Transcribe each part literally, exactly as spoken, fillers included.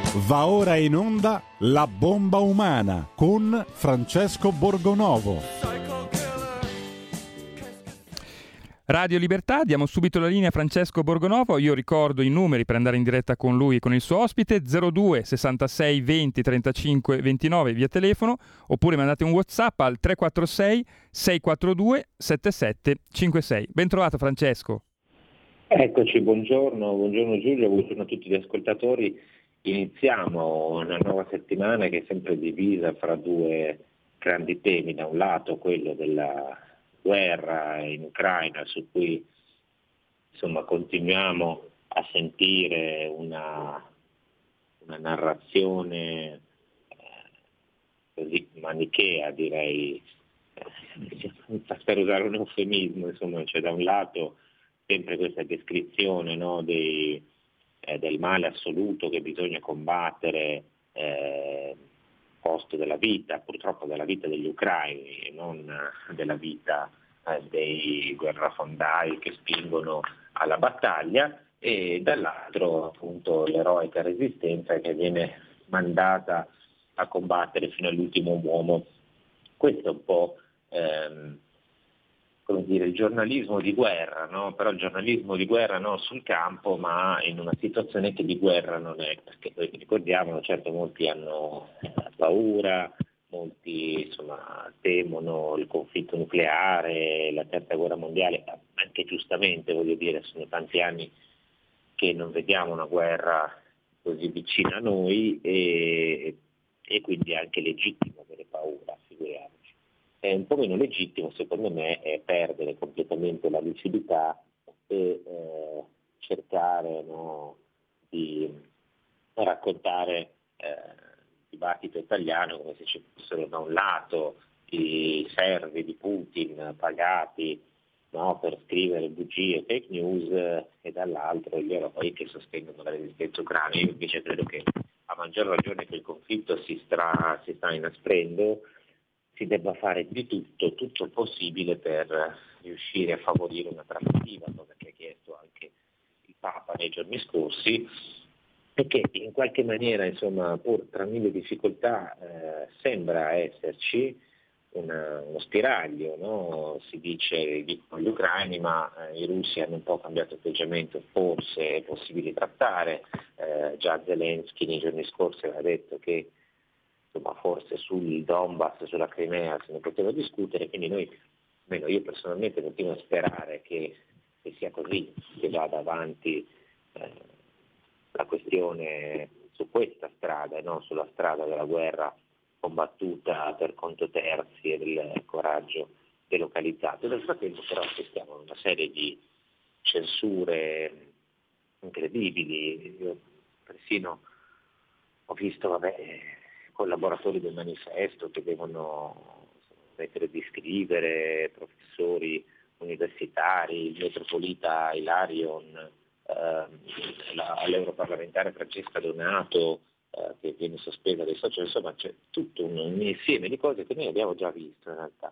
Va ora in onda La bomba umana con Francesco Borgonovo. Radio Libertà, diamo subito la linea a Francesco Borgonovo. Io ricordo i numeri per andare in diretta con lui e con il suo ospite: zero due sessantasei venti trentacinque ventinove via telefono, oppure mandate un WhatsApp al tre quattro sei sei quattro due sette sette cinque sei. Ben trovato Francesco. Eccoci, buongiorno, buongiorno Giulio, buongiorno a tutti gli ascoltatori. Iniziamo una nuova settimana che è sempre divisa fra due grandi temi: da un lato quello della guerra in Ucraina, su cui insomma continuiamo a sentire una, una narrazione eh, così manichea, direi, eh, per usare un eufemismo, insomma, cioè da un lato sempre questa descrizione, no, dei, eh, del male assoluto che bisogna combattere, eh, costo della vita, purtroppo della vita degli ucraini e non della vita eh, dei guerrafondai che spingono alla battaglia, e dall'altro appunto l'eroica resistenza che viene mandata a combattere fino all'ultimo uomo. Questo è un po' ehm, come dire, il giornalismo di guerra, no? Però il giornalismo di guerra non sul campo, ma in una situazione che di guerra non è, perché noi ricordiamo, certo, molti hanno paura, molti insomma temono il conflitto nucleare, la terza guerra mondiale, anche giustamente, voglio dire, sono tanti anni che non vediamo una guerra così vicina a noi e, e quindi è anche legittimo avere paura, figuriamoci. È un po' meno legittimo, secondo me, è perdere completamente la lucidità e eh, cercare, no, di raccontare eh, il dibattito italiano come se ci fossero da un lato i servi di Putin pagati, no, per scrivere bugie e fake news eh, e dall'altro gli eroi che sostengono la resistenza ucraina. Io invece credo che a maggior ragione che il conflitto si, stra, si sta inasprendo, si debba fare di tutto, tutto il possibile per riuscire a favorire una trattativa, cosa che ha chiesto anche il Papa nei giorni scorsi, e che in qualche maniera, insomma, pur tra mille difficoltà, eh, sembra esserci una, uno spiraglio, no? Si dice, dicono gli ucraini, ma eh, i russi hanno un po' cambiato atteggiamento, forse è possibile trattare, eh, già Zelensky nei giorni scorsi aveva detto che insomma forse sul Donbass, sulla Crimea se ne poteva discutere, quindi noi, almeno io personalmente, continuo a sperare che, che sia così, che vada avanti eh, la questione su questa strada e non sulla strada della guerra combattuta per conto terzi e del coraggio delocalizzato. Nel frattempo però assistiamo a una serie di censure incredibili. Io persino ho visto, vabbè, collaboratori del manifesto che devono smettere di scrivere, professori universitari, il metropolita Ilarion, eh, la, l'europarlamentare Francesca Donato eh, che viene sospesa dai social, insomma c'è tutto un, un insieme di cose che noi abbiamo già visto in realtà.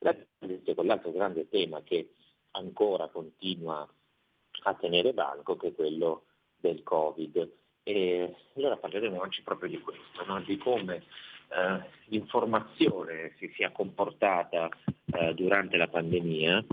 Con l'altro grande tema che ancora continua a tenere banco, che è quello del Covid. E allora parleremo oggi proprio di questo, no? Di come eh, l'informazione si sia comportata eh, durante la pandemia,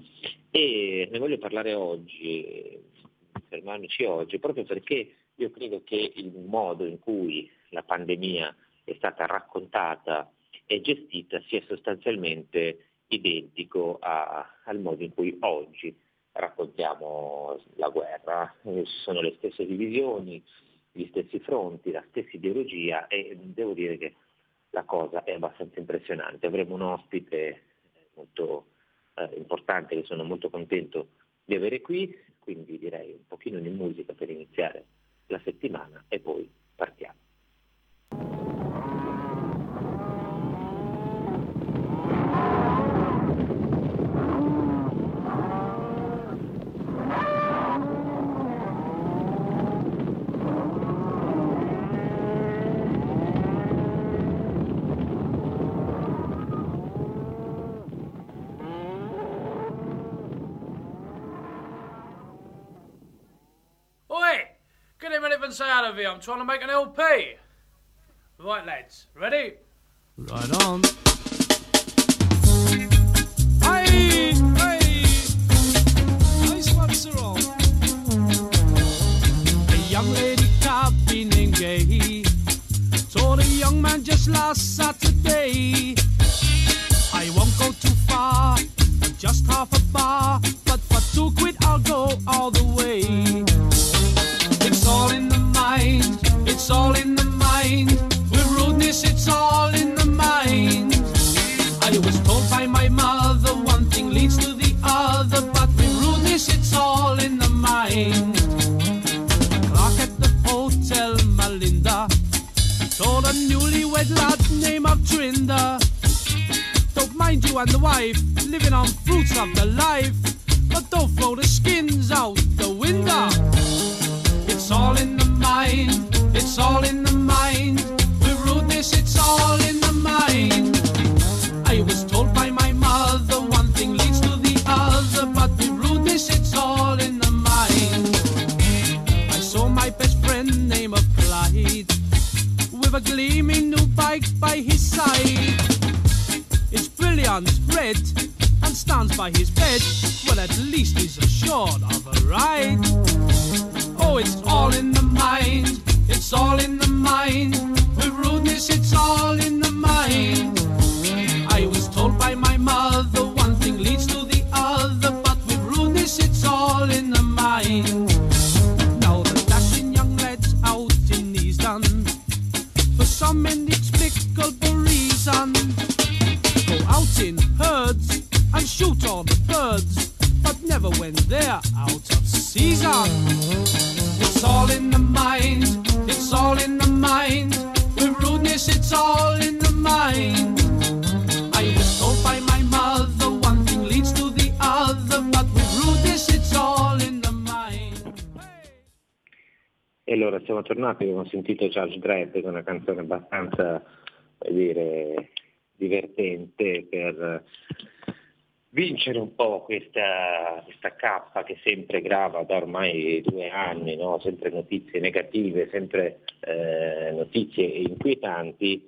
e ne voglio parlare oggi, fermarmici oggi, proprio perché io credo che il modo in cui la pandemia è stata raccontata e gestita sia sostanzialmente identico a, al modo in cui oggi raccontiamo la guerra. Ci sono le stesse divisioni, gli stessi fronti, la stessa ideologia, e devo dire che la cosa è abbastanza impressionante. Avremo un ospite molto eh, importante che sono molto contento di avere qui, quindi direi un pochino di musica per iniziare la settimana e poi partiamo. Oi! Get him anything out of here. I'm trying to make an L P. Right, lads, ready? Right on. Hey, hey, nice one, sir. A young lady cabby named Gay told a young man just last Saturday, I won't go too far, just half a bar, but for two quid I'll go all the way. It's all in the mind, it's all in the mind, with rudeness it's all in the mind. I was told by my mother one thing leads to the other, but with rudeness it's all in the mind. The clerk at the hotel, Melinda, told a newlywed lad name of Trinder, don't mind you and the wife, living on fruits of the life, but don't throw the skins out the window. It's all in the mind, it's all in the mind, with rudeness it's all in the mind. I was told by my mother one thing leads to the other, but with rudeness it's all in the mind. I saw my best friend name of Clyde, with a gleaming new bike by his side. It's brilliant, red, and stands by his bed. Well, at least he's assured of a ride. Oh, it's all in the mind, it's all in the mind, with rudeness it's all in the mind. I was told by my mother one thing leads to the other, but with rudeness it's all in the mind. Now the dashing young lads out in Easton, for some inexplicable reason, go out in herds and shoot all the birds, but never when they're out of season. It's all in the mind, it's all in the mind, with rudeness it's all in the mind. I was told by my mother one thing leads to the other, but with rudeness it's all in the mind. E allora siamo tornati, abbiamo sentito Judge Dredd con una canzone abbastanza, vuol dire, divertente per vincere un po' questa, questa cappa che sempre grava da ormai due anni, no? Sempre notizie negative, sempre eh, notizie inquietanti,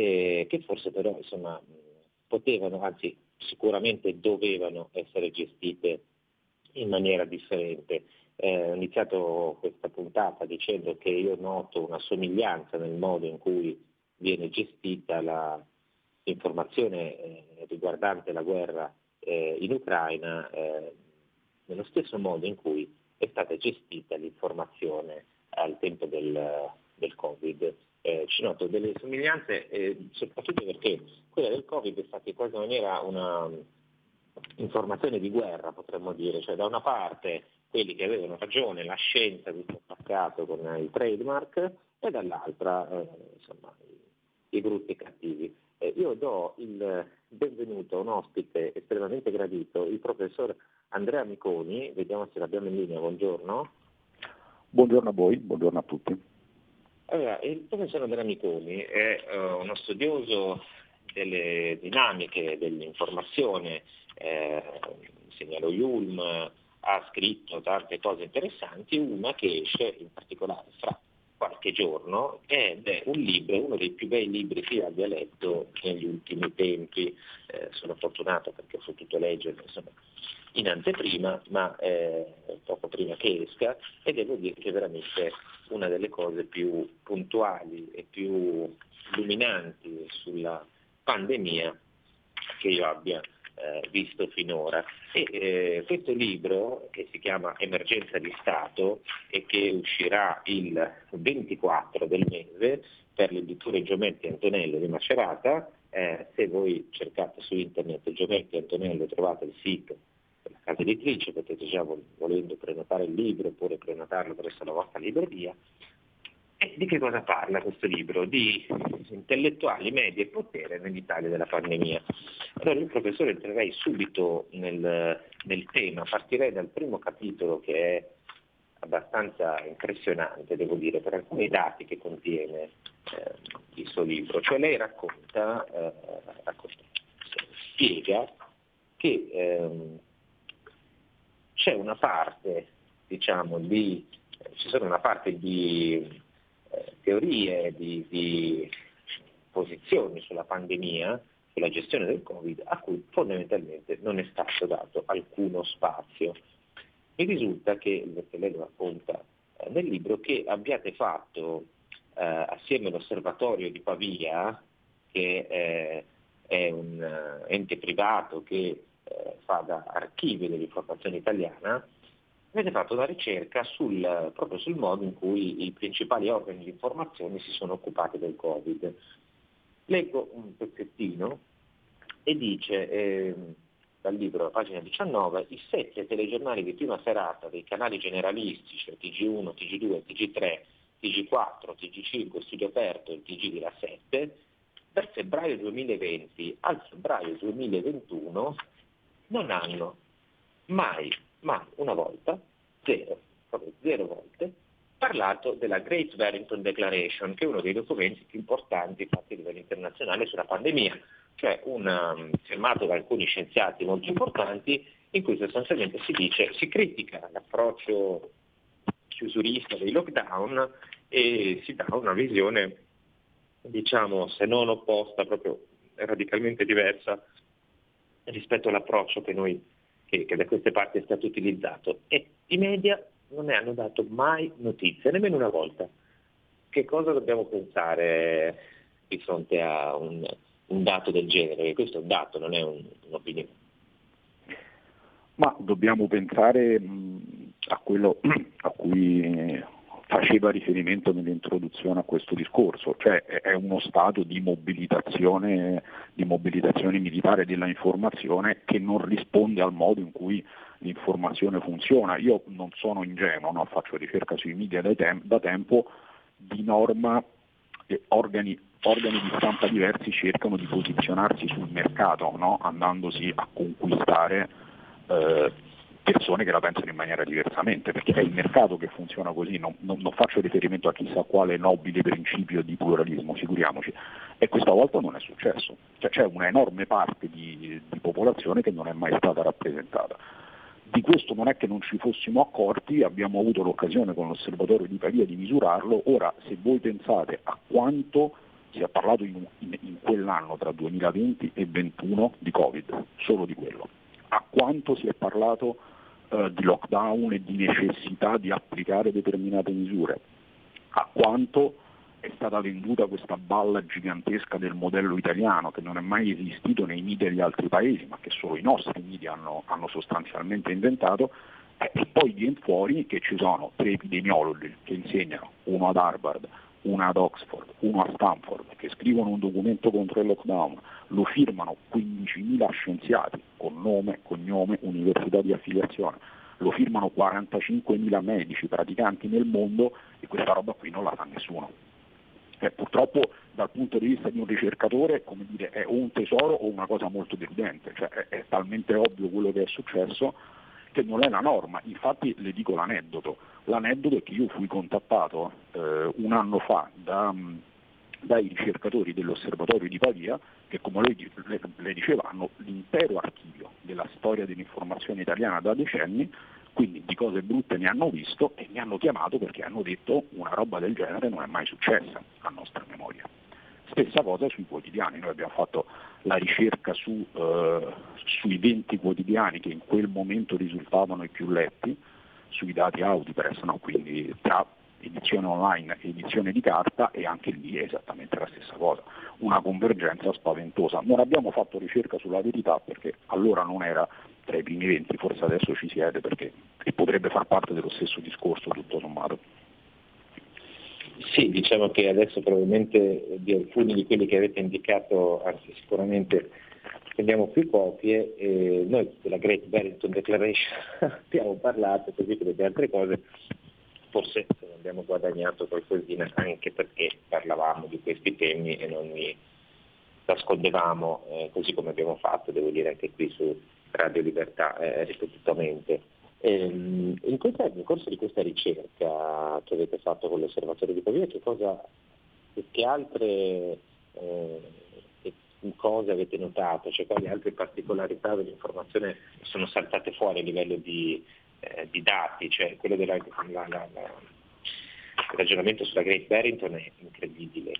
e che forse però insomma potevano, anzi sicuramente dovevano essere gestite in maniera differente. Eh, ho iniziato questa puntata dicendo che io noto una somiglianza nel modo in cui viene gestita la informazione eh, riguardante la guerra eh, in Ucraina, eh, nello stesso modo in cui è stata gestita l'informazione al tempo del, del Covid. Eh, ci noto delle somiglianze, eh, soprattutto perché quella del Covid è stata in qualche maniera una informazione di guerra, potremmo dire, cioè da una parte quelli che avevano ragione, la scienza, tutto attaccato con i trademark, e dall'altra eh, insomma i, i brutti e cattivi. Eh, io do il benvenuto a un ospite estremamente gradito, il professor Andrea Miconi, vediamo se l'abbiamo in linea, buongiorno. Buongiorno a voi, buongiorno a tutti. Allora, il professor Andrea Miconi è uh, uno studioso delle dinamiche dell'informazione, eh, insegna allo I U L M, ha scritto tante cose interessanti, una che esce in particolare fra qualche giorno ed è un libro, uno dei più bei libri che io abbia letto negli ultimi tempi. Eh, sono fortunato perché ho potuto leggerlo insomma, in anteprima, ma eh, poco prima che esca, e devo dire che è veramente una delle cose più puntuali e più illuminanti sulla pandemia che io abbia eh, visto finora. E eh, questo libro, che si chiama Emergenza di Stato e che uscirà il ventiquattro del mese per l'editore Giometti Antonello di Macerata, eh, se voi cercate su internet Giometti Antonello trovate il sito della casa editrice, potete già volendo prenotare il libro oppure prenotarlo presso la vostra libreria. E di che cosa parla questo libro? Di intellettuali, media e potere nell'Italia della pandemia. Allora io professore entrerei subito nel, nel tema, partirei dal primo capitolo che è abbastanza impressionante, devo dire, per alcuni dati che contiene eh, il suo libro. Cioè lei racconta, eh, racconta spiega che ehm, c'è una parte, diciamo, di, ci sono una parte di eh, teorie, di, di posizioni sulla pandemia, sulla gestione del Covid, a cui fondamentalmente non è stato dato alcuno spazio. Mi risulta che, perché lei lo racconta eh, nel libro, che abbiate fatto eh, assieme all'Osservatorio di Pavia, che eh, è un uh, ente privato che eh, fa da archivio dell'informazione italiana, avete fatto una ricerca sul, proprio sul modo in cui i principali organi di informazione si sono occupati del Covid. Leggo un pezzettino e dice, eh, dal libro, pagina diciannove, i sette telegiornali di prima serata dei canali generalistici, T G uno, T G due, T G tre, T G quattro, T G cinque, Studio Aperto e il T G di La sette, dal febbraio duemilaventi al febbraio duemilaventuno non hanno mai, mai una volta, zero, proprio zero volte, parlato della Great Barrington Declaration, che è uno dei documenti più importanti fatti a livello internazionale sulla pandemia, cioè un um, firmato da alcuni scienziati molto importanti, in cui sostanzialmente si dice, si critica l'approccio chiusurista dei lockdown e si dà una visione, diciamo, se non opposta, proprio radicalmente diversa rispetto all'approccio che noi che, che da queste parti è stato utilizzato. E i media non ne hanno dato mai notizie, nemmeno una volta. Che cosa dobbiamo pensare di fronte a un, un dato del genere? Questo è un dato, non è un, un'opinione. Ma dobbiamo pensare mh, a quello a cui faceva riferimento nell'introduzione a questo discorso, cioè è uno stato di mobilitazione, di mobilitazione militare della informazione che non risponde al modo in cui l'informazione funziona. Io non sono ingenuo, no? Faccio ricerca sui media da, tem- da tempo, di norma eh, organi, organi di stampa diversi cercano di posizionarsi sul mercato, no? Andandosi a conquistare eh, persone che la pensano in maniera diversamente, perché è il mercato che funziona così, non, non, non faccio riferimento a chissà quale nobile principio di pluralismo, figuriamoci, e questa volta non è successo, cioè c'è una enorme parte di, di popolazione che non è mai stata rappresentata. Di questo non è che non ci fossimo accorti, abbiamo avuto l'occasione con l'Osservatorio di Pavia di misurarlo. Ora, se voi pensate a quanto si è parlato in, in, in quell'anno tra duemilaventi e duemilaventuno di Covid, solo di quello, a quanto si è parlato eh, di lockdown e di necessità di applicare determinate misure, a quanto è stata venduta questa balla gigantesca del modello italiano che non è mai esistito nei media di altri paesi, ma che solo i nostri media hanno, hanno sostanzialmente inventato, eh, e poi viene fuori che ci sono tre epidemiologi che insegnano, uno ad Harvard, uno ad Oxford, uno a Stanford, che scrivono un documento contro il lockdown, lo firmano quindicimila scienziati con nome, cognome, università di affiliazione, lo firmano quarantacinquemila medici praticanti nel mondo, e questa roba qui non la fa nessuno. Eh, purtroppo dal punto di vista di un ricercatore, come dire, è o un tesoro o una cosa molto deludente, cioè è, è talmente ovvio quello che è successo che non è la norma. Infatti le dico l'aneddoto, l'aneddoto è che io fui contattato eh, un anno fa da, dai ricercatori dell'Osservatorio di Pavia, che come lei le, le diceva hanno l'intero archivio della storia dell'informazione italiana da decenni, quindi di cose brutte ne hanno visto, e mi hanno chiamato perché hanno detto una roba del genere non è mai successa a nostra memoria. Stessa cosa sui quotidiani, noi abbiamo fatto la ricerca su, eh, sui venti quotidiani che in quel momento risultavano i più letti, sui dati Audipress, no? Quindi tra edizione online e edizione di carta, e anche lì è esattamente la stessa cosa, una convergenza spaventosa. Non abbiamo fatto ricerca sulla verità perché allora non era tra i primi venti, forse adesso ci siede perché e potrebbe far parte dello stesso discorso tutto sommato. Sì, diciamo che adesso probabilmente di alcuni di quelli che avete indicato, anzi sicuramente prendiamo più copie, e noi della Great Barrington Declaration abbiamo parlato, così come di altre cose, forse abbiamo guadagnato qualcosina anche perché parlavamo di questi temi e non li nascondevamo, eh, così come abbiamo fatto, devo dire, anche qui su Radio Libertà eh, ripetutamente. Ehm, in, questa, nel corso di questa ricerca che avete fatto con l'Osservatorio di Pavia, che cosa, che altre eh, che cose avete notato, cioè quali altre particolarità dell'informazione sono saltate fuori a livello di, eh, di dati, cioè quello della la, la, la, il ragionamento sulla Great Barrington è incredibile, cioè che non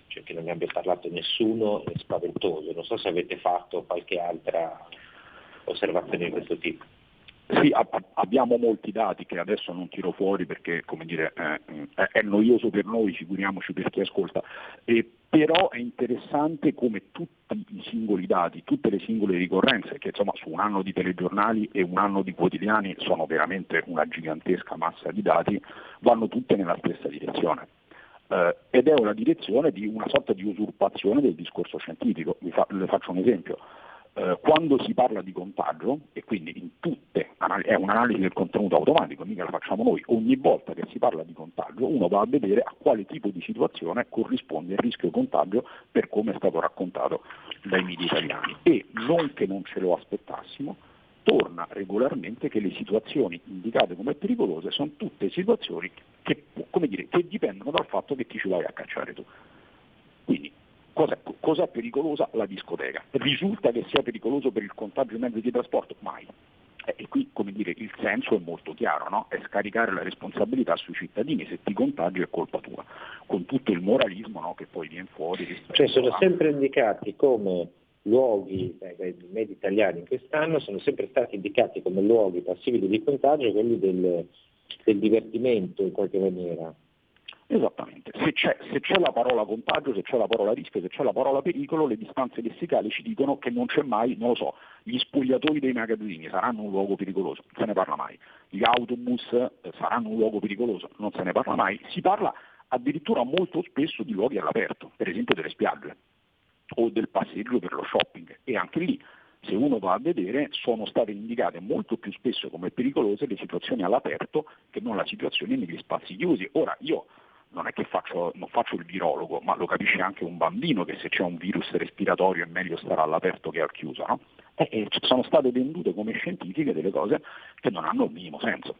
ne abbia parlato nessuno è spaventoso. Non so se avete fatto qualche altra osservazione di questo tipo. Sì, ab- abbiamo molti dati che adesso non tiro fuori perché, come dire, eh, è noioso per noi, figuriamoci per chi ascolta, e però è interessante come tutti i singoli dati, tutte le singole ricorrenze, che insomma su un anno di telegiornali e un anno di quotidiani sono veramente una gigantesca massa di dati, vanno tutte nella stessa direzione. Uh, ed è una direzione di una sorta di usurpazione del discorso scientifico. Vi fa- le faccio un esempio. Uh, quando si parla di contagio, e quindi in tutte, è un'analisi del contenuto automatico, mica la facciamo noi, ogni volta che si parla di contagio uno va a vedere a quale tipo di situazione corrisponde il rischio contagio per come è stato raccontato dai media italiani, e non che non ce lo aspettassimo, torna regolarmente che le situazioni indicate come pericolose sono tutte situazioni che, come dire, che dipendono dal fatto che ti ci vai a cacciare tu. Quindi cos'è, cos'è pericolosa? La discoteca. Risulta che sia pericoloso per il contagio in mezzi di trasporto? Mai. E qui, come dire, il senso è molto chiaro, no? È scaricare la responsabilità sui cittadini, se ti contagi è colpa tua, con tutto il moralismo, no, che poi viene fuori. Cioè sono a... sempre indicati come luoghi, dai media italiani quest'anno sono sempre stati indicati come luoghi passibili di contagio quelli del, del divertimento in qualche maniera. Esattamente, se c'è, se c'è la parola contagio, se c'è la parola rischio, se c'è la parola pericolo, le distanze lessicali ci dicono che non c'è mai, non lo so, gli spogliatoi dei magazzini saranno un luogo pericoloso, non se ne parla mai, gli autobus saranno un luogo pericoloso, non se ne parla mai, si parla addirittura molto spesso di luoghi all'aperto, per esempio delle spiagge o del passeggio per lo shopping, e anche lì, se uno va a vedere, sono state indicate molto più spesso come pericolose le situazioni all'aperto che non la situazione negli spazi chiusi. Ora io non è che faccio, non faccio il virologo, ma lo capisce anche un bambino che se c'è un virus respiratorio è meglio stare all'aperto che al chiuso, no? E, e sono state vendute come scientifiche delle cose che non hanno il minimo senso.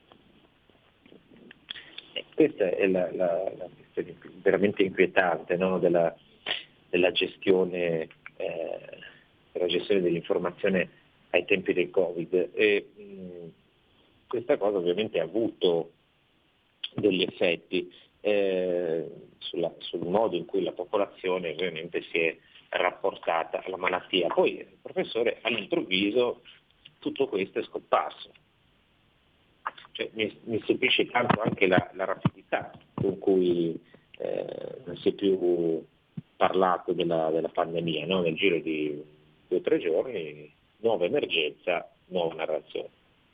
E questa è la, la, la questione veramente inquietante, no? della, della gestione eh, della gestione dell'informazione ai tempi del Covid. E, mh, questa cosa ovviamente ha avuto degli effetti eh, sulla, sul modo in cui la popolazione ovviamente si è rapportata alla malattia. Poi il professore all'improvviso tutto questo è scomparso. Cioè, mi, mi stupisce tanto anche la, la rapidità con cui eh, non si è più parlato della, della pandemia, no? Nel giro di due o tre giorni, nuova emergenza, nuova narrazione.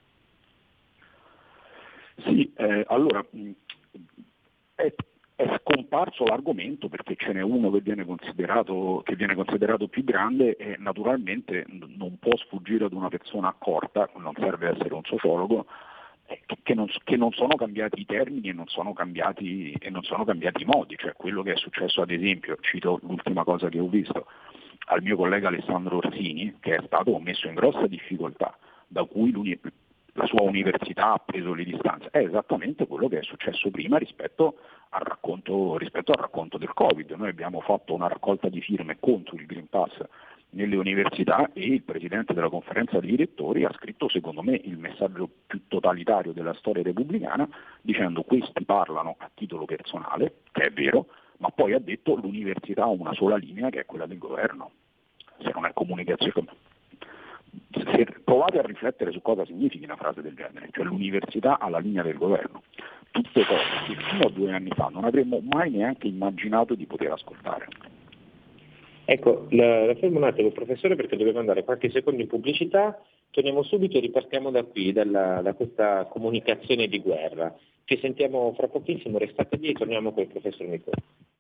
Sì, eh, allora è, è scomparso l'argomento perché ce n'è uno che viene considerato, che viene considerato più grande, e naturalmente non può sfuggire ad una persona accorta, non serve essere un sociologo, eh, che, non, che non sono cambiati i termini e non sono cambiati, e non sono cambiati i modi. Cioè quello che è successo, ad esempio, cito l'ultima cosa che ho visto, al mio collega Alessandro Orsini, che è stato messo in grossa difficoltà, da cui la sua università ha preso le distanze, è esattamente quello che è successo prima rispetto al racconto, rispetto al racconto del Covid. Noi abbiamo fatto una raccolta di firme contro il Green Pass nelle università e il presidente della conferenza dei rettori ha scritto, secondo me, il messaggio più totalitario della storia repubblicana, dicendo: questi parlano a titolo personale, che è vero, ma poi ha detto l'università ha una sola linea, che è quella del governo. Se non è comunicazione, se provate a riflettere su cosa significa una frase del genere, cioè l'università ha la linea del governo, tutte cose che fino a due anni fa non avremmo mai neanche immaginato di poter ascoltare. Ecco, la, la fermo un attimo, professore, perché dobbiamo andare qualche secondo in pubblicità, torniamo subito e ripartiamo da qui, dalla, da questa comunicazione di guerra. Ci sentiamo fra pochissimo, restate lì e torniamo con il professor Nicola.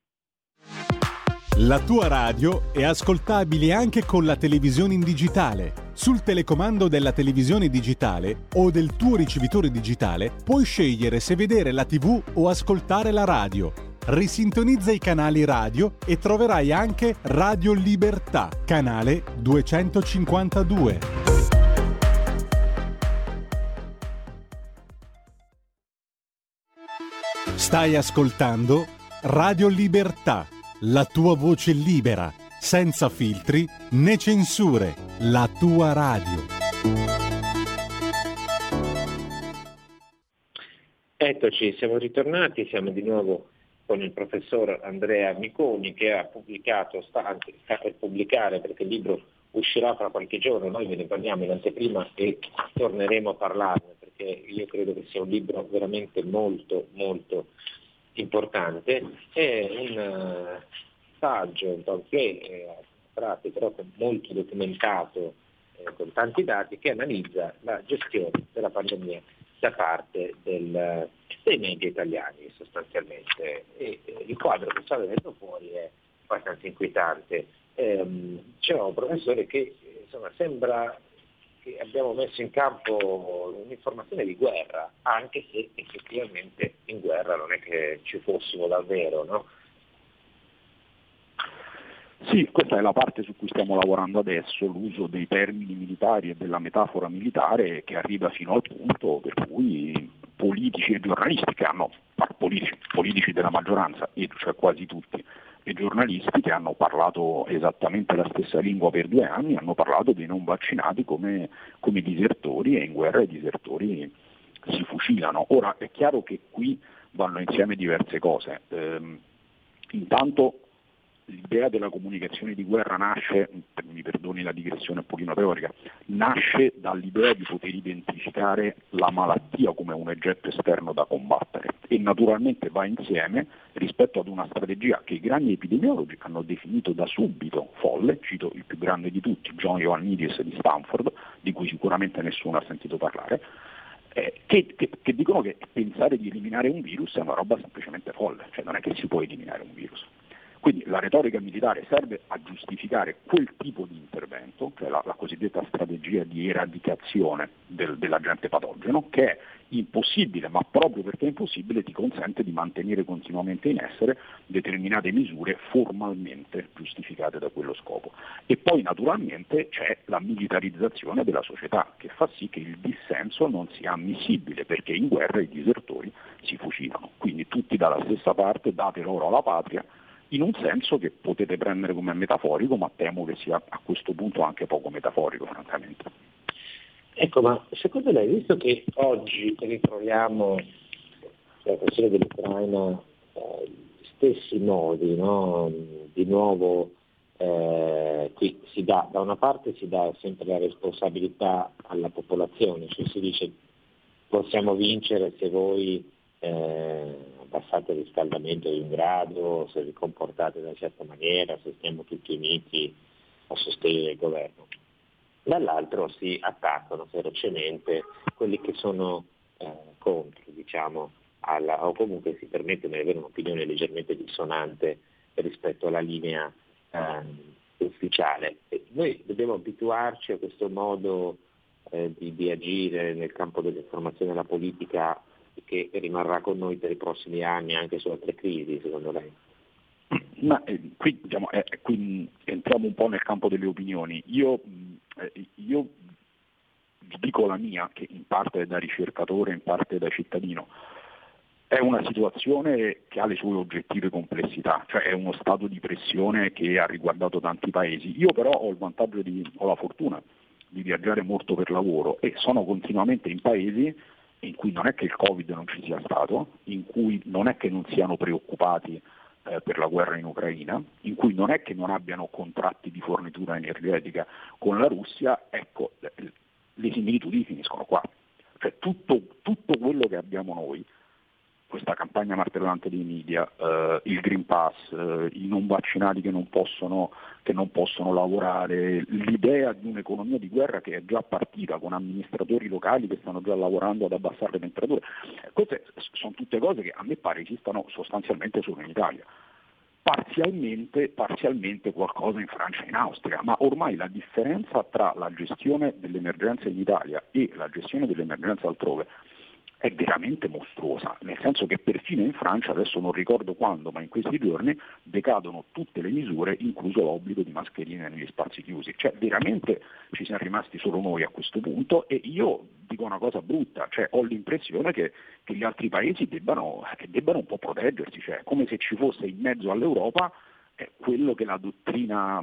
La tua radio è ascoltabile anche con la televisione in digitale. Sul telecomando della televisione digitale o del tuo ricevitore digitale puoi scegliere se vedere la tivù o ascoltare la radio. Risintonizza i canali radio e troverai anche Radio Libertà, canale duecentocinquantadue. Stai ascoltando Radio Libertà, la tua voce libera, senza filtri né censure, la tua radio. Eccoci, siamo ritornati, siamo di nuovo con il professor Andrea Miconi, che ha pubblicato, sta, anzi, sta per pubblicare, perché il libro uscirà fra qualche giorno, noi ve ne parliamo in anteprima e torneremo a parlarne, perché io credo che sia un libro veramente molto molto importante. È un uh, saggio, un pamphlet, eh, però molto documentato, eh, con tanti dati, che analizza la gestione della pandemia da parte del, dei media italiani sostanzialmente, e eh, il quadro che sta venendo fuori è abbastanza inquietante. Eh, c'è un professore che insomma, sembra che abbiamo messo in campo un'informazione di guerra, anche se effettivamente in guerra non è che ci fossimo davvero, no? Sì, questa è la parte su cui stiamo lavorando adesso, l'uso dei termini militari e della metafora militare, che arriva fino al punto per cui politici e giornalisti che hanno, politici, politici della maggioranza, cioè quasi tutti, e giornalisti che hanno parlato esattamente la stessa lingua per due anni, hanno parlato dei non vaccinati come, come disertori, e in guerra i disertori si fucilano. Ora è chiaro che qui vanno insieme diverse cose. Ehm, intanto l'idea della comunicazione di guerra nasce, mi perdoni la digressione un pochino teorica, nasce dall'idea di poter identificare la malattia come un oggetto esterno da combattere, e naturalmente va insieme rispetto ad una strategia che i grandi epidemiologi hanno definito da subito folle. Cito il più grande di tutti, John Ioannidis di Stanford, di cui sicuramente nessuno ha sentito parlare, eh, che, che, che dicono che pensare di eliminare un virus è una roba semplicemente folle, cioè non è che si può eliminare un virus. Quindi la retorica militare serve a giustificare quel tipo di intervento, cioè la, la cosiddetta strategia di eradicazione del, dell'agente patogeno, che è impossibile, ma proprio perché è impossibile ti consente di mantenere continuamente in essere determinate misure formalmente giustificate da quello scopo. E poi naturalmente c'è la militarizzazione della società, che fa sì che il dissenso non sia ammissibile, perché in guerra i disertori si fucilano, quindi tutti dalla stessa parte, date loro la patria, in un senso che potete prendere come metaforico, ma temo che sia a questo punto anche poco metaforico, francamente. Ecco, ma secondo lei, visto che oggi ritroviamo sulla questione dell'Ucraina eh, gli stessi modi, no? Di nuovo eh, qui si dà, da una parte si dà sempre la responsabilità alla popolazione, cioè si dice possiamo vincere se voi eh, abbassate il riscaldamento di un grado, se vi comportate in una certa maniera, se stiamo tutti uniti a sostegno del governo. Dall'altro si attaccano ferocemente quelli che sono eh, contro, diciamo, alla, o comunque si permettono di avere un'opinione leggermente dissonante rispetto alla linea eh, ufficiale. E noi dobbiamo abituarci a questo modo eh, di, di agire nel campo dell'informazione e della politica, che rimarrà con noi per i prossimi anni anche su altre crisi, secondo lei? Ma eh, qui, diciamo, eh, qui entriamo un po' nel campo delle opinioni. Io, eh, io vi dico la mia, che in parte è da ricercatore, in parte da cittadino. È una situazione che ha le sue oggettive complessità, cioè è uno stato di pressione che ha riguardato tanti paesi. Io però ho il vantaggio di, ho la fortuna di viaggiare molto per lavoro, e sono continuamente in paesi in cui non è che il Covid non ci sia stato, in cui non è che non siano preoccupati eh, per la guerra in Ucraina, in cui non è che non abbiano contratti di fornitura energetica con la Russia. Ecco, le similitudini finiscono qua. Cioè tutto, tutto quello che abbiamo noi, questa campagna martellante dei media, eh, il Green Pass, eh, i non vaccinati che non possono, che non possono lavorare, l'idea di un'economia di guerra che è già partita con amministratori locali che stanno già lavorando ad abbassare le temperature, queste sono tutte cose che a me pare esistano sostanzialmente solo in Italia. Parzialmente, parzialmente qualcosa in Francia e in Austria, ma ormai la differenza tra la gestione dell'emergenza in Italia e la gestione dell'emergenza altrove è veramente mostruosa, nel senso che perfino in Francia, adesso non ricordo quando, ma in questi giorni decadono tutte le misure, incluso l'obbligo di mascherine negli spazi chiusi. Cioè veramente ci siamo rimasti solo noi a questo punto, e io dico una cosa brutta, cioè ho l'impressione che, che gli altri paesi debbano, che debbano un po' proteggersi, cioè come se ci fosse in mezzo all'Europa eh, quello che la dottrina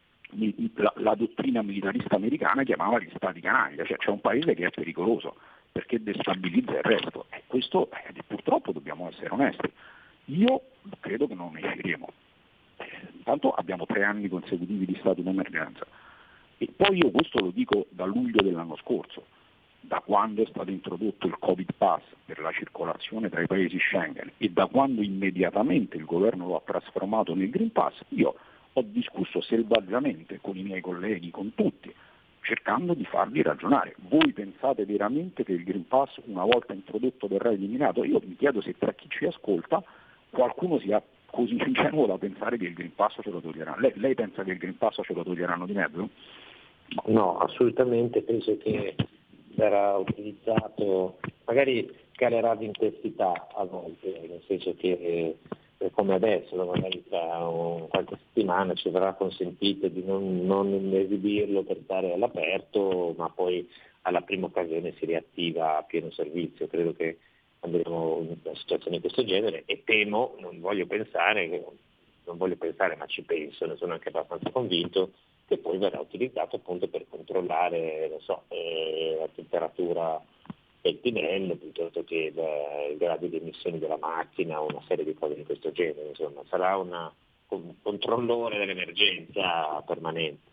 La, la dottrina militarista americana chiamava gli stati canaglia, cioè c'è un paese che è pericoloso perché destabilizza il resto, e questo eh, purtroppo dobbiamo essere onesti, Io credo che non ne usciremo. Intanto abbiamo tre anni consecutivi di stato di emergenza e poi io questo lo dico da luglio dell'anno scorso, da quando è stato introdotto il Covid Pass per la circolazione tra i paesi Schengen e da quando immediatamente il governo lo ha trasformato nel Green Pass, io ho discusso selvaggiamente con i miei colleghi, con tutti, cercando di farli ragionare. Voi pensate veramente che il Green Pass una volta introdotto verrà eliminato? Io mi chiedo se tra chi ci ascolta qualcuno sia così ingenuo da pensare che il Green Pass ce lo toglieranno. Lei, lei pensa che il Green Pass ce lo toglieranno di mezzo? No, assolutamente, penso che sarà utilizzato, magari calerà di intensità a volte, nel senso che eh, come adesso, magari tra un, qualche settimana ci verrà consentito di non, non esibirlo per stare all'aperto, ma poi alla prima occasione si riattiva a pieno servizio. Credo che andremo in una situazione di questo genere e temo, non voglio pensare, non voglio pensare ma ci penso, ne sono anche abbastanza convinto, che poi verrà utilizzato appunto per controllare, non so, eh, la temperatura del tinello piuttosto che il, il grado di emissioni della macchina o una serie di cose di questo genere. Insomma, sarà un controllore dell'emergenza permanente.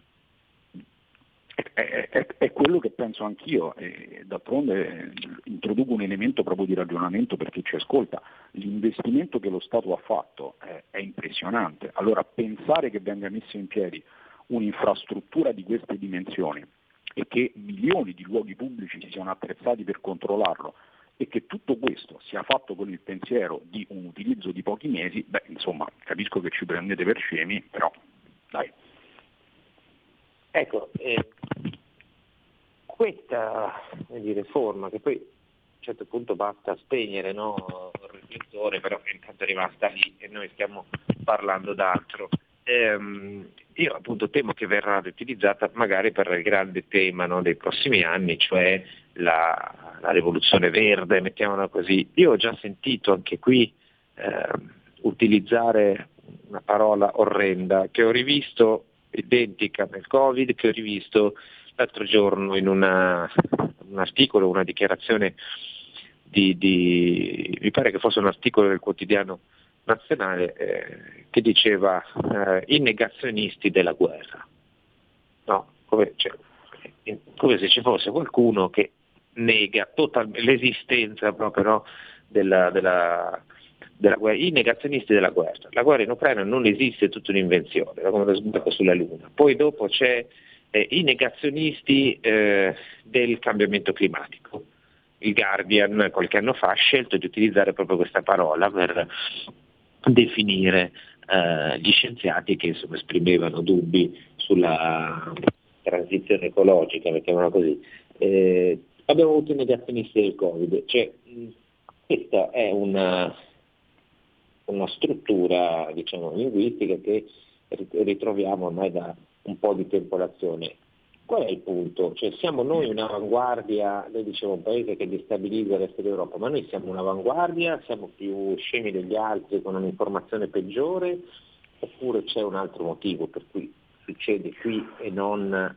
È, è, è quello che penso anch'io, e d'altronde introduco un elemento proprio di ragionamento per chi ci ascolta. L'investimento che lo Stato ha fatto è, è impressionante. Allora pensare che venga messa in piedi un'infrastruttura di queste dimensioni e che milioni di luoghi pubblici si siano attrezzati per controllarlo e che tutto questo sia fatto con il pensiero di un utilizzo di pochi mesi, beh insomma capisco che ci prendete per scemi, però dai. Ecco, eh, questa riforma che poi a un certo punto basta spegnere, no, il riflettore, però intanto è rimasta lì e noi stiamo parlando d'altro. Ehm, io appunto temo che verrà utilizzata magari per il grande tema, no, dei prossimi anni, cioè la, la rivoluzione verde, mettiamola così. Io ho già sentito anche qui eh, utilizzare una parola orrenda che ho rivisto identica nel Covid, che ho rivisto l'altro giorno in una, un articolo, una dichiarazione di, di, mi pare che fosse un articolo del quotidiano nazionale eh, che diceva eh, i negazionisti della guerra, no? Come, cioè, come se ci fosse qualcuno che nega totalmente l'esistenza proprio, no, della, della, della guerra, i negazionisti della guerra. La guerra in Ucraina non esiste, è tutta un'invenzione, è come lo sbarco sulla Luna. Poi dopo c'è eh, i negazionisti eh, del cambiamento climatico. Il Guardian qualche anno fa ha scelto di utilizzare proprio questa parola per definire eh, gli scienziati che insomma esprimevano dubbi sulla transizione ecologica, mettiamola così. Eh, abbiamo avuto i negazionisti del Covid, cioè mh, questa è una, una struttura, diciamo, linguistica che ritroviamo ormai da un po' di tempo all'azione. Qual è il punto? Cioè, siamo noi un'avanguardia, lei diceva un paese che destabilizza il resto d'Europa, ma noi siamo un'avanguardia, siamo più scemi degli altri con un'informazione peggiore, oppure c'è un altro motivo per cui succede qui e non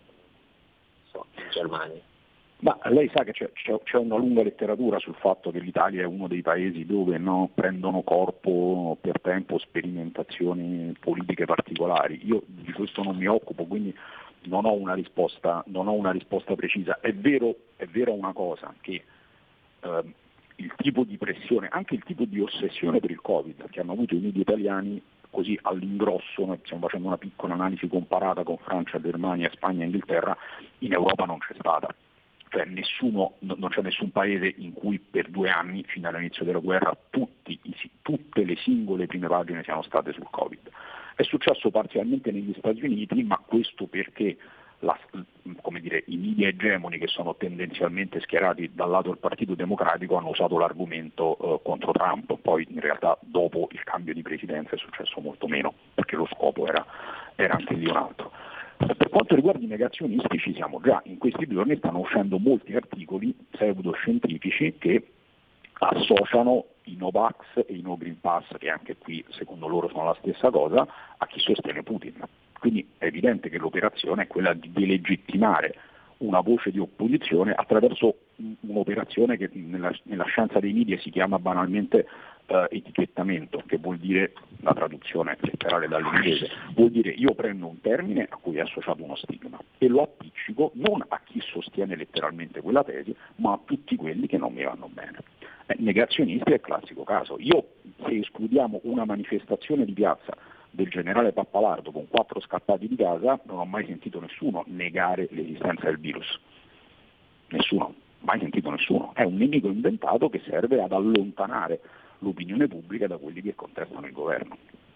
so, in Germania? Ma lei sa che c'è, c'è, c'è una lunga letteratura sul fatto che l'Italia è uno dei paesi dove no, prendono corpo per tempo sperimentazioni politiche particolari. Io di questo non mi occupo, quindi non ho una risposta, non ho una risposta precisa. È vero, è vera una cosa, che eh, il tipo di pressione, anche il tipo di ossessione per il Covid che hanno avuto i media italiani, così all'ingrosso, noi stiamo facendo una piccola analisi comparata con Francia, Germania, Spagna e Inghilterra, in Europa non c'è stata. Cioè nessuno, non c'è nessun paese in cui per due anni, fino all'inizio della guerra, tutti, tutte le singole prime pagine siano state sul Covid. È successo parzialmente negli Stati Uniti, ma questo perché la, come dire, i media egemoni, che sono tendenzialmente schierati dal lato del Partito Democratico, hanno usato l'argomento eh, contro Trump. Poi in realtà dopo il cambio di presidenza è successo molto meno, perché lo scopo era, era anche lì un altro. Per quanto riguarda i negazionisti ci siamo già, in questi giorni stanno uscendo molti articoli pseudoscientifici che associano i Novax e i No Green Pass, che anche qui secondo loro sono la stessa cosa, a chi sostiene Putin. Quindi è evidente che l'operazione è quella di delegittimare una voce di opposizione attraverso un'operazione che nella, nella scienza dei media si chiama banalmente eh, etichettamento, che vuol dire, la traduzione letterale dall'inglese, vuol dire io prendo un termine a cui è associato uno stigma e lo appiccico non a chi sostiene letteralmente quella tesi, ma a tutti quelli che non mi vanno bene. Eh, negazionisti è il classico caso. Io, se escludiamo una manifestazione di piazza del generale Pappalardo con quattro scappati di casa, non ho mai sentito nessuno negare l'esistenza del virus. Nessuno, mai sentito nessuno. È un nemico inventato che serve ad allontanare l'opinione pubblica da quelli che contestano il governo.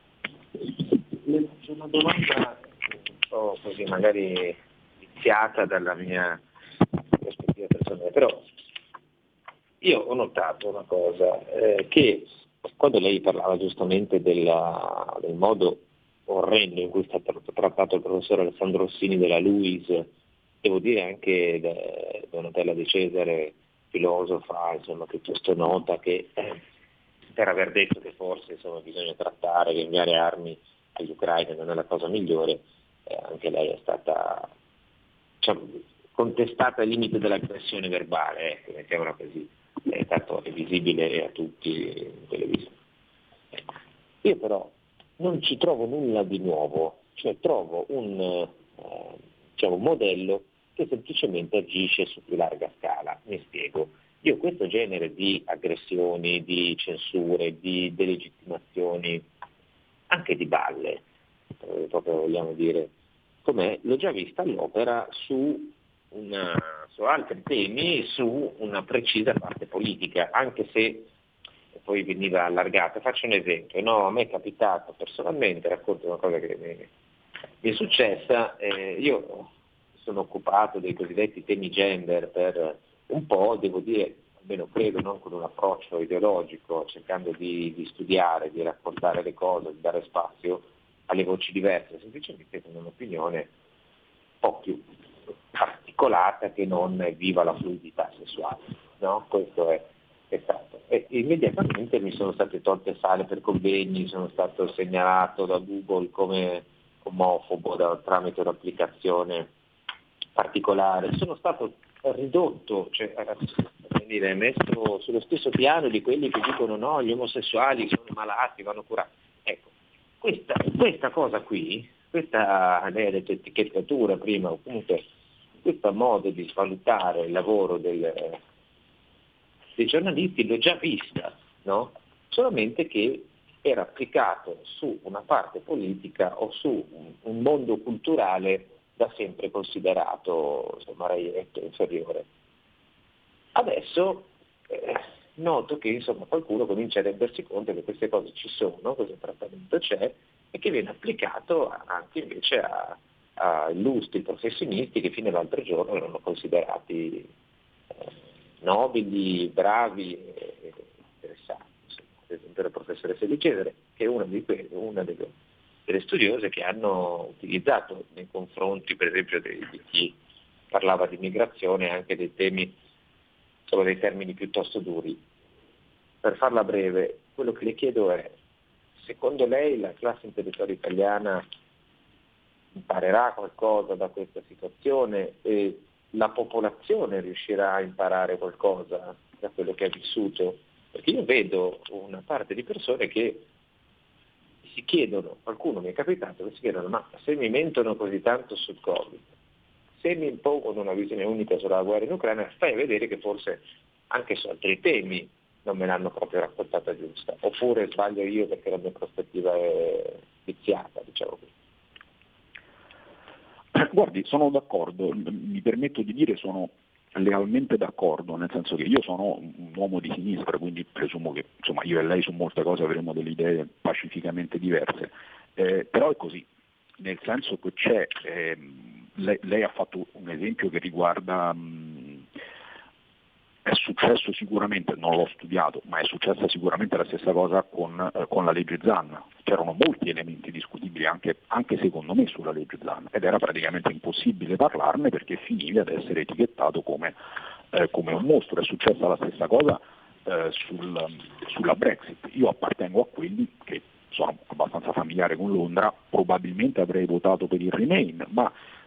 C'è una domanda un po' così magari viziata dalla mia prospettiva personale, però io ho notato una cosa, eh, che quando lei parlava giustamente della, del modo orrendo in cui è stato trattato il professor Alessandro Rossini della LUISS, devo dire anche de, Donatella De Cesare, filosofa insomma, piuttosto nota, che eh, per aver detto che forse insomma, bisogna trattare e inviare armi agli ucraini non è la cosa migliore, eh, anche lei è stata diciamo, contestata al limite dell'aggressione verbale, ecco, mettiamola così. È stato è visibile a tutti in televisione. Io però non ci trovo nulla di nuovo, cioè trovo un eh, diciamo, modello che semplicemente agisce su più larga scala. Mi spiego. Io questo genere di aggressioni, di censure, di delegittimazioni, anche di balle, eh, proprio vogliamo dire com'è, l'ho già vista all'opera su Una, su altri temi, su una precisa parte politica, anche se poi veniva allargata. Faccio un esempio, no? A me è capitato personalmente, racconto una cosa che mi, mi è successa, eh, io sono occupato dei cosiddetti temi gender per un po', devo dire, almeno credo, non con un approccio ideologico, cercando di, di studiare, di raccontare le cose, di dare spazio alle voci diverse, semplicemente con un'opinione un po' più articolata che non viva la fluidità sessuale, no? Questo è, è stato. E immediatamente mi sono state tolte sale per convegni, sono stato segnalato da Google come omofobo da, tramite un'applicazione particolare, sono stato ridotto, cioè dire, messo sullo stesso piano di quelli che dicono no, gli omosessuali sono malati, vanno curati. Ecco, questa, questa cosa qui, questa, lei ha detto etichettatura prima, o comunque questo modo di svalutare il lavoro del, dei giornalisti l'ho già vista, no? Solamente che era applicato su una parte politica o su un, un mondo culturale da sempre considerato insomma, reietto, inferiore. Adesso eh, noto che insomma, qualcuno comincia a rendersi conto che queste cose ci sono, questo trattamento c'è e che viene applicato anche invece a a illustri professionisti che fino all'altro giorno erano considerati eh, nobili, bravi e interessanti. Insomma, ad esempio la professoressa Di Cesare, che è una, di que- una delle, delle studiose che hanno utilizzato nei confronti per esempio di, di chi parlava di migrazione anche dei temi, insomma, dei termini piuttosto duri. Per farla breve, quello che le chiedo è, secondo lei la classe intellettuale italiana imparerà qualcosa da questa situazione e la popolazione riuscirà a imparare qualcosa da quello che ha vissuto? Perché io vedo una parte di persone che si chiedono, qualcuno mi è capitato che si chiedono, ma se mi mentono così tanto sul Covid, se mi impongono una visione unica sulla guerra in Ucraina, stai a vedere che forse anche su altri temi non me l'hanno proprio raccontata giusta, oppure sbaglio io perché la mia prospettiva è viziata, diciamo così. Guardi, sono d'accordo, mi permetto di dire sono lealmente d'accordo, nel senso che io sono un uomo di sinistra, quindi presumo che insomma, io e lei su molte cose avremo delle idee pacificamente diverse, eh, però è così, nel senso che c'è, eh, lei, lei ha fatto un esempio che riguarda, mh, è successo sicuramente, non l'ho studiato, ma è successa sicuramente la stessa cosa con, eh, con la legge Zan. C'erano molti elementi discutibili anche, anche secondo me sulla legge Zan ed era praticamente impossibile parlarne perché finivi ad essere etichettato come, eh, come un mostro. È successa la stessa cosa eh, sul, sulla Brexit. Io appartengo a quelli che sono abbastanza familiare con Londra, probabilmente avrei votato per il Remain, ma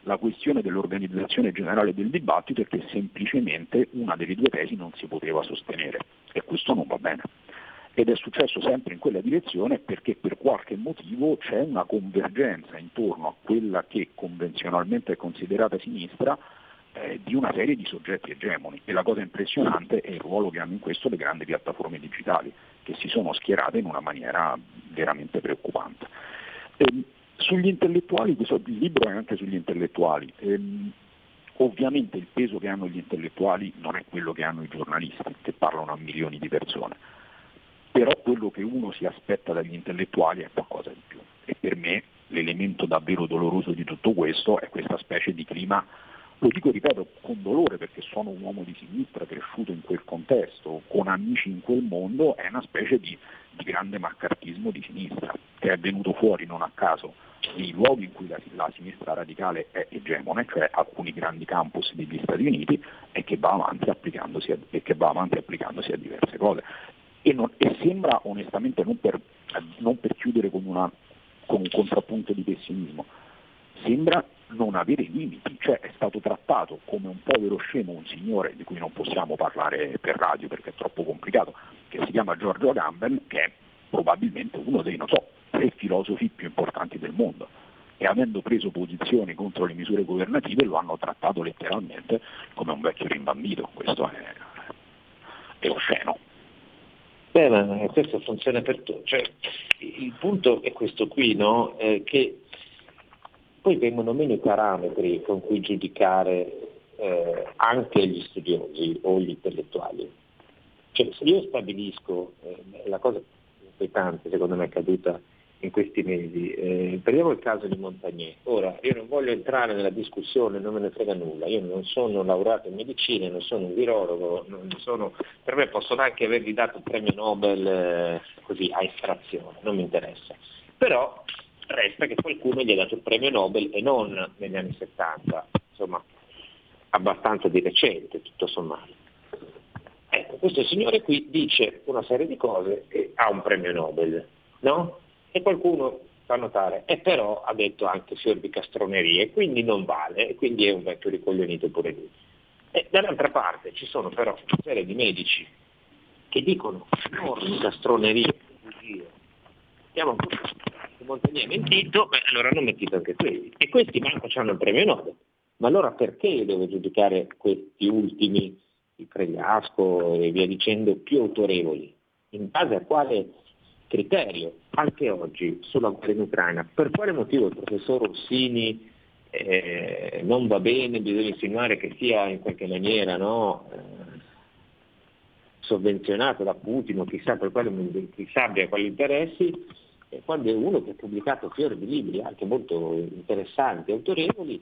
la questione dell'organizzazione generale del dibattito è che semplicemente una delle due tesi non si poteva sostenere, e questo non va bene. Ed è successo sempre in quella direzione perché per qualche motivo c'è una convergenza intorno a quella che convenzionalmente è considerata sinistra eh, di una serie di soggetti egemoni, e la cosa impressionante è il ruolo che hanno in questo le grandi piattaforme digitali, che si sono schierate in una maniera veramente preoccupante. E, sugli intellettuali, questo, il libro è anche sugli intellettuali. Ehm, ovviamente il peso che hanno gli intellettuali non è quello che hanno i giornalisti, che parlano a milioni di persone. Però quello che uno si aspetta dagli intellettuali è qualcosa di più, e per me l'elemento davvero doloroso di tutto questo è questa specie di clima, lo dico, ripeto, con dolore perché sono un uomo di sinistra cresciuto in quel contesto, con amici in quel mondo, è una specie di, di grande maccartismo di sinistra, che è venuto fuori non a caso nei luoghi in cui la, la sinistra radicale è egemone, cioè alcuni grandi campus degli Stati Uniti, e che va avanti applicandosi a, e che va avanti applicandosi a diverse cose. E, non, e sembra onestamente, non per, non per chiudere con, una, con un contrappunto di pessimismo, sembra non avere limiti, cioè è stato trattato come un povero scemo un signore di cui non possiamo parlare per radio perché è troppo complicato, che si chiama Giorgio Agamben, che è probabilmente uno dei, non so, tre filosofi più importanti del mondo, e avendo preso posizioni contro le misure governative lo hanno trattato letteralmente come un vecchio rimbambito. Questo è, è osceno. Beh, ma questo funziona per tutto. Cioè, il punto è questo qui, no? Eh, che poi vengono meno i parametri con cui giudicare eh, anche gli studiosi o gli intellettuali. Cioè, se io stabilisco, eh, la cosa inquietante secondo me è accaduta in questi mesi, eh, prendiamo il caso di Montagnier. Ora, io non voglio entrare nella discussione, non me ne frega nulla, io non sono laureato in medicina, non sono un virologo, non sono, per me possono anche avergli dato il premio Nobel eh, così a estrazione, non mi interessa. Però resta che qualcuno gli ha dato il premio Nobel e non negli anni settanta, insomma, abbastanza di recente, tutto sommato. Ecco, questo signore qui dice una serie di cose e ha un premio Nobel, no? E qualcuno fa notare, e però ha detto anche fior di castronerie, quindi non vale, e quindi è un vecchio ricoglionito pure lui. E dall'altra parte ci sono però una serie di medici che dicono enormi castronerie, bugie. Stiamo ancora Montagnier è mentito, beh, allora hanno mentito anche quelli. E questi manco hanno il premio Nobel. Ma allora perché io devo giudicare questi ultimi, il Pregliasco e via dicendo, più autorevoli? In base a quale criterio? Anche oggi sulla guerra in Ucraina, per quale motivo il professor Rossini eh, non va bene, bisogna insinuare che sia in qualche maniera, no, eh, sovvenzionato da Putin o chissà per quale, chissà abbia quali interessi, eh, quando è uno che ha pubblicato fiori di libri anche molto interessanti, autorevoli,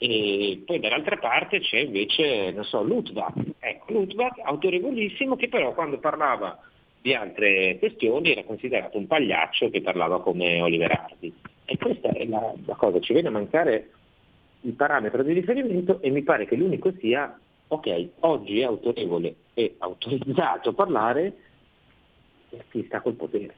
e poi dall'altra parte c'è invece, non so, Luttwak, ecco, Luttwak autorevolissimo, che però quando parlava di altre questioni era considerato un pagliaccio che parlava come Oliver Hardy. E questa è la, la cosa, ci viene a mancare il parametro di riferimento, e mi pare che l'unico sia, ok, oggi è autorevole e autorizzato a parlare chi sta col potere.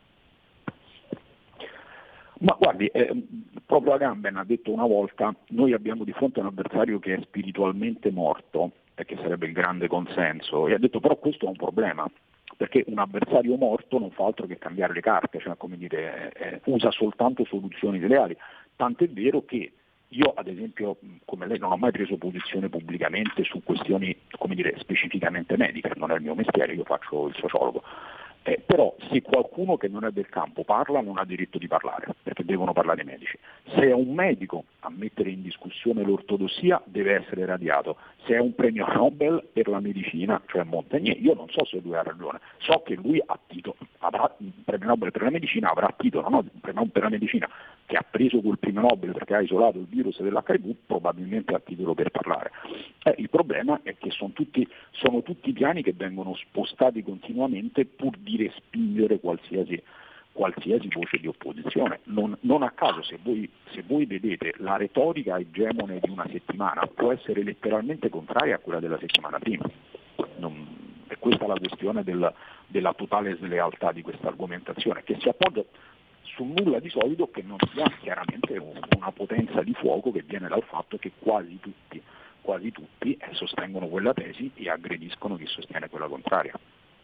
Ma guardi, eh, proprio Agamben ha detto una volta: noi abbiamo di fronte un avversario che è spiritualmente morto, e che sarebbe il grande consenso, e ha detto però questo è un problema, perché un avversario morto non fa altro che cambiare le carte, cioè come dire, eh, usa soltanto soluzioni ideali, tant'è vero che io ad esempio, come lei, non ho mai preso posizione pubblicamente su questioni, come dire, specificamente mediche, non è il mio mestiere, io faccio il sociologo. Eh, però se qualcuno che non è del campo parla non ha diritto di parlare, perché devono parlare i medici. Se è un medico a mettere in discussione l'ortodossia deve essere radiato. Se è un premio Nobel per la medicina, cioè Montagnier, io non so se lui ha ragione, so che lui ha titolo, avrà il premio Nobel per la medicina, avrà titolo, no? Il premio Nobel per la medicina che ha preso quel premio Nobel perché ha isolato il virus dell'H I V, probabilmente ha titolo per parlare. Eh, il problema è che sono tutti, sono tutti piani che vengono spostati continuamente pur di respingere qualsiasi, qualsiasi voce di opposizione. Non, non a caso, se voi, se voi vedete la retorica egemone di una settimana può essere letteralmente contraria a quella della settimana prima. Non, e questa è la questione del, della totale slealtà di questa argomentazione, che si appoggia su nulla di solido, che non sia chiaramente una potenza di fuoco che viene dal fatto che quasi tutti, quasi tutti eh, sostengono quella tesi e aggrediscono chi sostiene quella contraria.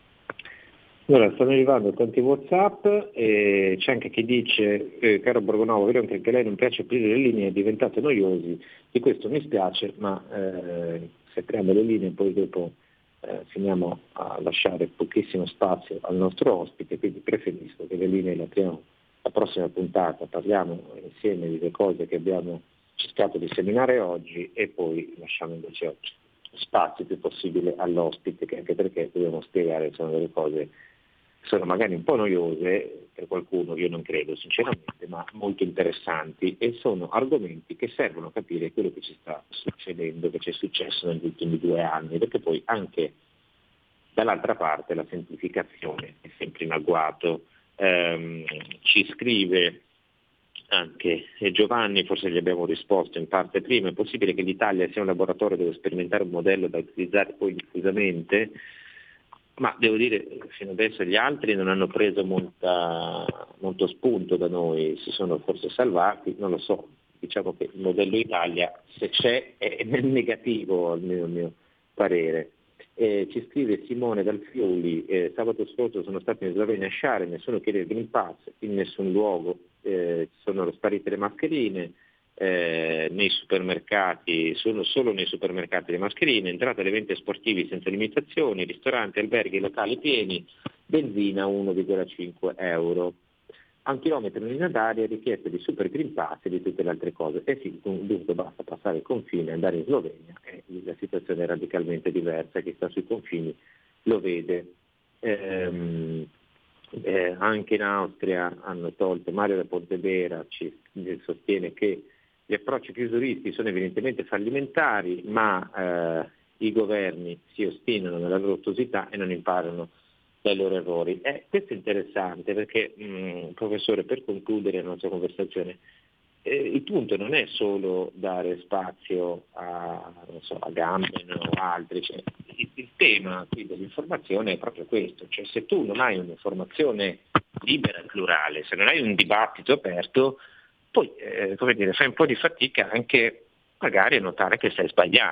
Allora, stanno arrivando tanti WhatsApp e c'è anche chi dice, eh, caro Borgonovo, vedo che anche a lei non piace aprire le linee, è diventato noiosi, di questo mi spiace, ma eh, se apriamo le linee poi dopo eh, finiamo a lasciare pochissimo spazio al nostro ospite, quindi preferisco che le linee le apriamo la prossima puntata, parliamo insieme delle cose che abbiamo cercato di seminare oggi e poi lasciamo invece spazio più possibile all'ospite, che anche perché dobbiamo spiegare sono delle cose sono magari un po' noiose per qualcuno, io non credo sinceramente, ma molto interessanti e sono argomenti che servono a capire quello che ci sta succedendo, che ci è successo negli ultimi due anni, perché poi anche dall'altra parte la semplificazione è sempre in agguato. Ehm, ci scrive anche e Giovanni, forse gli abbiamo risposto in parte prima, è possibile che l'Italia sia un laboratorio dove sperimentare un modello da utilizzare poi diffusamente? Ma devo dire, fino adesso gli altri non hanno preso molta, molto spunto da noi, si sono forse salvati, non lo so, diciamo che il modello Italia, se c'è, è nel negativo, almeno a mio parere. Eh, ci scrive Simone dal Friuli, eh, sabato scorso sono stato in Slovenia a Sciare, nessuno chiede il Green Pass, in nessun luogo eh, sono sparite le mascherine, Eh, nei supermercati, sono solo nei supermercati le mascherine, entrate ad eventi sportivi senza limitazioni, ristoranti, alberghi, locali pieni, benzina uno virgola cinque euro. A un chilometro in linea d'aria richiesta di super green pass e di tutte le altre cose. E sì, dunque basta passare il confine e andare in Slovenia e la situazione è radicalmente diversa, chi sta sui confini lo vede. Ehm, eh, anche in Austria hanno tolto, Mario da Pontebera ci sostiene che gli approcci chiusuristi sono evidentemente fallimentari, ma eh, i governi si ostinano nella loro ottusità e non imparano dai loro errori. Eh, questo è interessante perché, mh, professore, per concludere la nostra conversazione, eh, il punto non è solo dare spazio a, non so, a Gamben o altri, cioè, il, il tema qui dell'informazione è proprio questo, cioè se tu non hai un'informazione libera e plurale, se non hai un dibattito aperto, poi eh, come dire, fai un po' di fatica anche magari a notare che stai sbagliando.